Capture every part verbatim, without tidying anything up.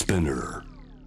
Spinner.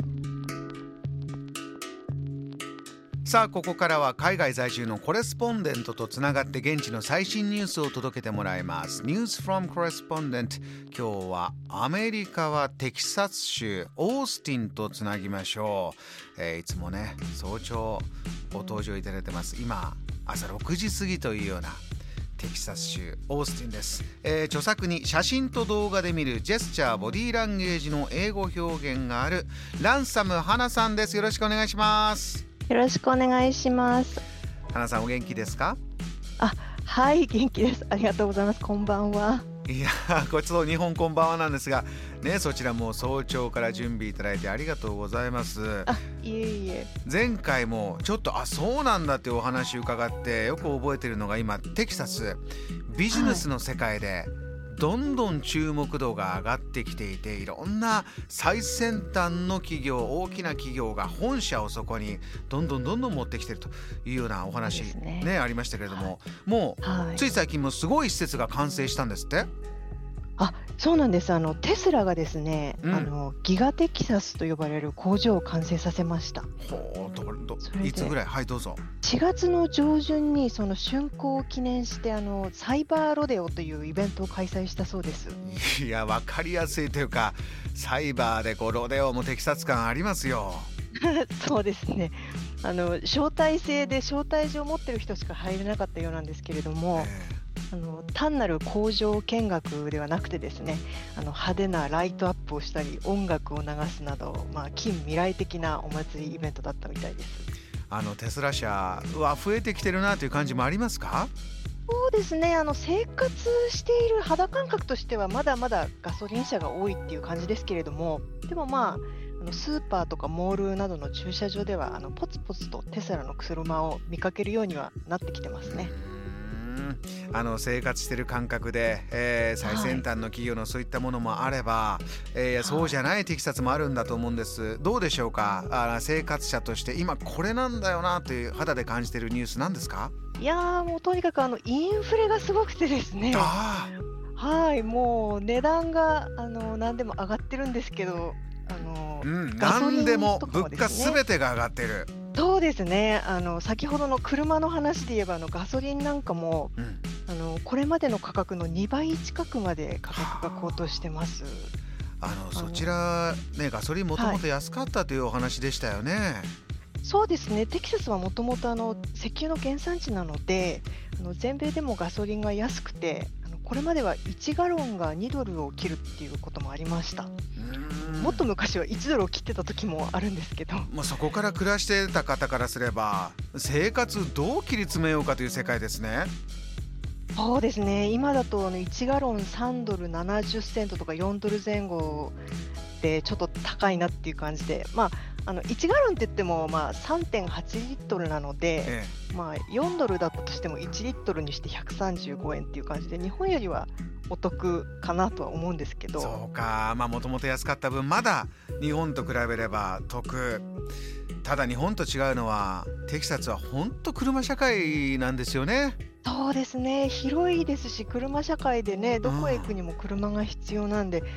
さあここからは海外在住のコレスポンデントとつながって現地の最新ニュースを届けてもらいます。 News from Correspondent。 今日はアメリカはテキサス州オースティンとつなぎましょう、えー、いつもね早朝ご登場いただいてます。今朝ろくじ過ぎというようなテキサス州オースティンです、えー、著作に写真と動画で見るジェスチャーボディーランゲージの英語表現があるランサム花さんです。よろしくお願いします。 よろしくお願いします。 花さんお元気ですか？ あ、はい元気です。ありがとうございます。こんばんは。 いやこちら日本こんばんはなんですがね、そちらも早朝から準備いただいてありがとうございます。 あ、いえいえ。 前回もちょっとあそうなんだっていうお話伺ってよく覚えてるのが今テキサスビジネスの世界で、はいどんどん注目度が上がってきていていろんな最先端の企業大きな企業が本社をそこにどんどんどんどん持ってきているというようなお話 ね, ねありましたけれども、はい、もう、はい、つい最近もすごい施設が完成したんですって。 あ、そうなんです。あのテスラがですね、うん、あのギガテキサスと呼ばれる工場を完成させました。 ほうどどいつぐらい？はいどうぞ。 しがつの上旬にその竣工を記念してあのサイバーロデオというイベントを開催したそうです。 いや分かりやすいというかサイバーでこうロデオもテキサス感ありますよ。 そうですね。あの招待制で招待状を持ってる人しか入れなかったようなんですけれども、えーあの単なる工場見学ではなくてですね、あの派手なライトアップをしたり音楽を流すなど、まあ、近未来的なお祭りイベントだったみたいです。 あのテスラ車は増えてきてるなという感じもありますか？ そうですね。あの生活している肌感覚としてはまだまだガソリン車が多いっていう感じですけれども、でもまああのスーパーとかモールなどの駐車場ではあのポツポツとテスラの車を見かけるようにはなってきてますね。 あの生活してる感覚で、えー、最先端の企業のそういったものもあれば、はいえー、そうじゃないテキサスもあるんだと思うんです。どうでしょうか？あ生活者として今これなんだよなという肌で感じているニュースなんですか？ いやーもうとにかくあのインフレがすごくてですね、 あはいもう値段があの何でも上がってるんですけどあの、 うん、何でも物価すべてが上がってる。 そうですね。あの先ほどの車の話で言えばあのガソリンなんかも、うん、あのこれまでの価格のにばい近くまで価格が高騰してます。 あのそちら、ね、ガソリンもともと安かったというお話でしたよね。はい、 そうですね。テキサスはもともと石油の原産地なのであの全米でもガソリンが安くてあのこれまではいちガロンがにドルを切るっていうこともありました。もっと昔はいちドルを切ってた時もあるんですけど、 まあ、そこから暮らしてた方からすれば生活どう切り詰めようかという世界ですね。 そうですね。今だといちガロンさんドルななじゅっセントとかよんドルぜん後でちょっと高いなっていう感じで、まあ、あのいちガロンって言ってもまあ さんてんはちリットルなので、ええまあ、よんドルだったとしてもいちリットルにしてひゃくさんじゅうごえんっていう感じで日本よりはお得かなとは思うんですけど。 そうか、まあもともと安かった分まだ日本と比べれば得。ただ日本と違うのはテキサスは本当車社会なんですよね。 そうですね。広いですし車社会でねどこへ行くにも車が必要なんで、うん、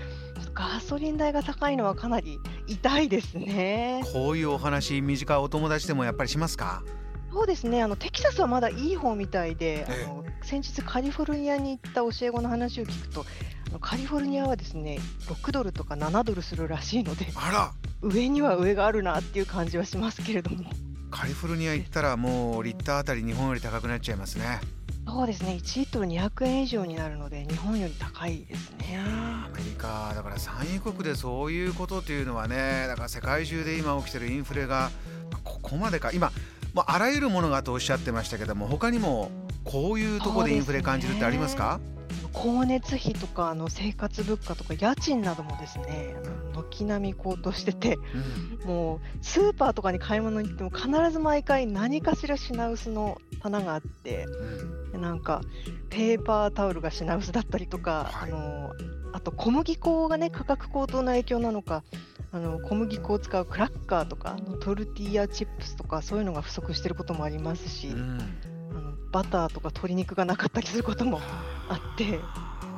ガソリン代が高いのはかなり痛いですね。 こういうお話身近お友達でもやっぱりしますか？ そうですね。あのテキサスはまだいい方みたいで、あの先日カリフォルニアに行った教え子の話を聞くとあのカリフォルニアはですねろくドルとかななドルするらしいので、 あら上には上があるなっていう感じはしますけれども。 カリフォルニア行ったらもうリッターあたり日本より高くなっちゃいますね。 そうですね。いちリットルにひゃくえん以上になるので日本より高いですね。 アメリカだから産油国でそういうことというのはね、だから世界中で今起きてるインフレがここまでか。今もうあらゆるものがとおっしゃってましたけども、他にもこういうところでインフレ感じるってありますか？ 光熱費とかあの生活物価とか家賃などもですね軒並み高騰してて、うん、もうスーパーとかに買い物に行っても必ず毎回何かしら品薄の棚があって、うん、なんかペーパータオルが品薄だったりとか、はい、あのあと小麦粉がね価格高騰の影響なのかあの小麦粉を使うクラッカーとかトルティーヤチップスとかそういうのが不足していることもありますし、うん、あのバターとか鶏肉がなかったりすることもあって、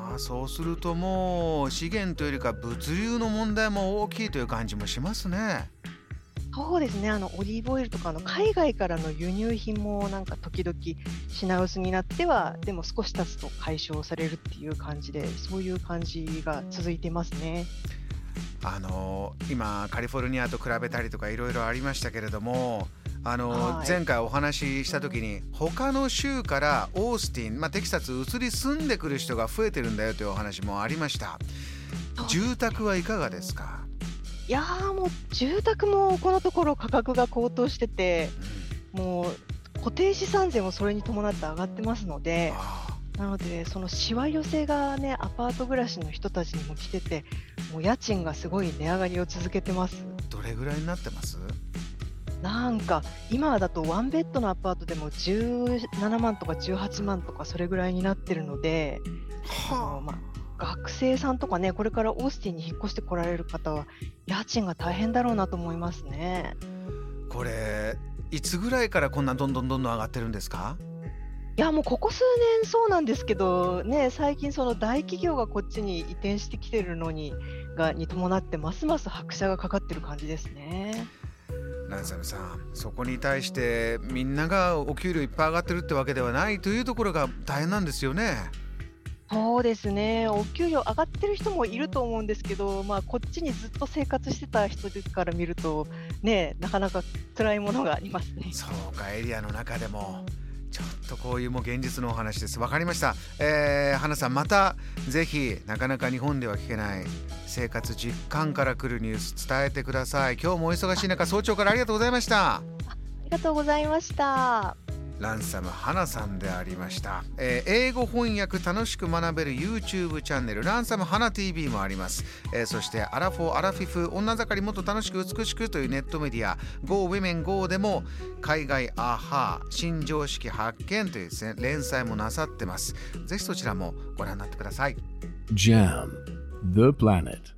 ああ、そうするともう資源というよりか物流の問題も大きいという感じもしますね。 そうですね、あのオリーブオイルとかあの海外からの輸入品もなんか時々品薄になっては、でも少し経つと解消されるっていう感じで、そういう感じが続いてますね。 あの今カリフォルニアと比べたりとかいろいろありましたけれども、あの前回お話しした時に他の州からオースティン、まあ、テキサス移り住んでくる人が増えてるんだよというお話もありました。住宅はいかがですか？ いやーもう住宅もこのところ価格が高騰してて、もう固定資産税もそれに伴って上がってますので、なのでそのしわ寄せがね、アパート暮らしの人たちにも来てて、もう家賃がすごい値上がりを続けてます。 どれぐらいになってます？ なんか今だとワンベッドのアパートでもじゅうななまんとかじゅうはちまんとかそれぐらいになってるので、あのまあ学生さんとかね、これからオースティンに引っ越してこられる方は家賃が大変だろうなと思いますね。 これいつぐらいからこんなどんどんどんどん上がってるんですか？ いやもうここ数年そうなんですけどね、最近その大企業がこっちに移転してきてるのにがに伴ってますます拍車がかかってる感じですね。 ランサムさん、そこに対してみんながお給料いっぱい上がってるってわけではないというところが大変なんですよね。 そうですね、お給料上がってる人もいると思うんですけど、まあ、こっちにずっと生活してた人から見ると、ね、なかなか辛いものがありますね。 そうか、エリアの中でもちょっとこういうもう現実のお話です。わかりました。えー、花さん、またぜひなかなか日本では聞けない生活実感から来るニュース伝えてください。今日もお忙しい中、早朝からありがとうございました。 ありがとうございました。 ランサム花さんでありました。えー、英語翻訳楽しく学べる YouTube チャンネルランサム花 ティーブイ もあります。えー、そしてアラフォーアラフィフ女盛りもっと楽しく美しくというネットメディア Go Women Go でも海外アハ新常識発見というですね、連載もなさってます。ぜひそちらもご覧になってください。 ジャム The Planet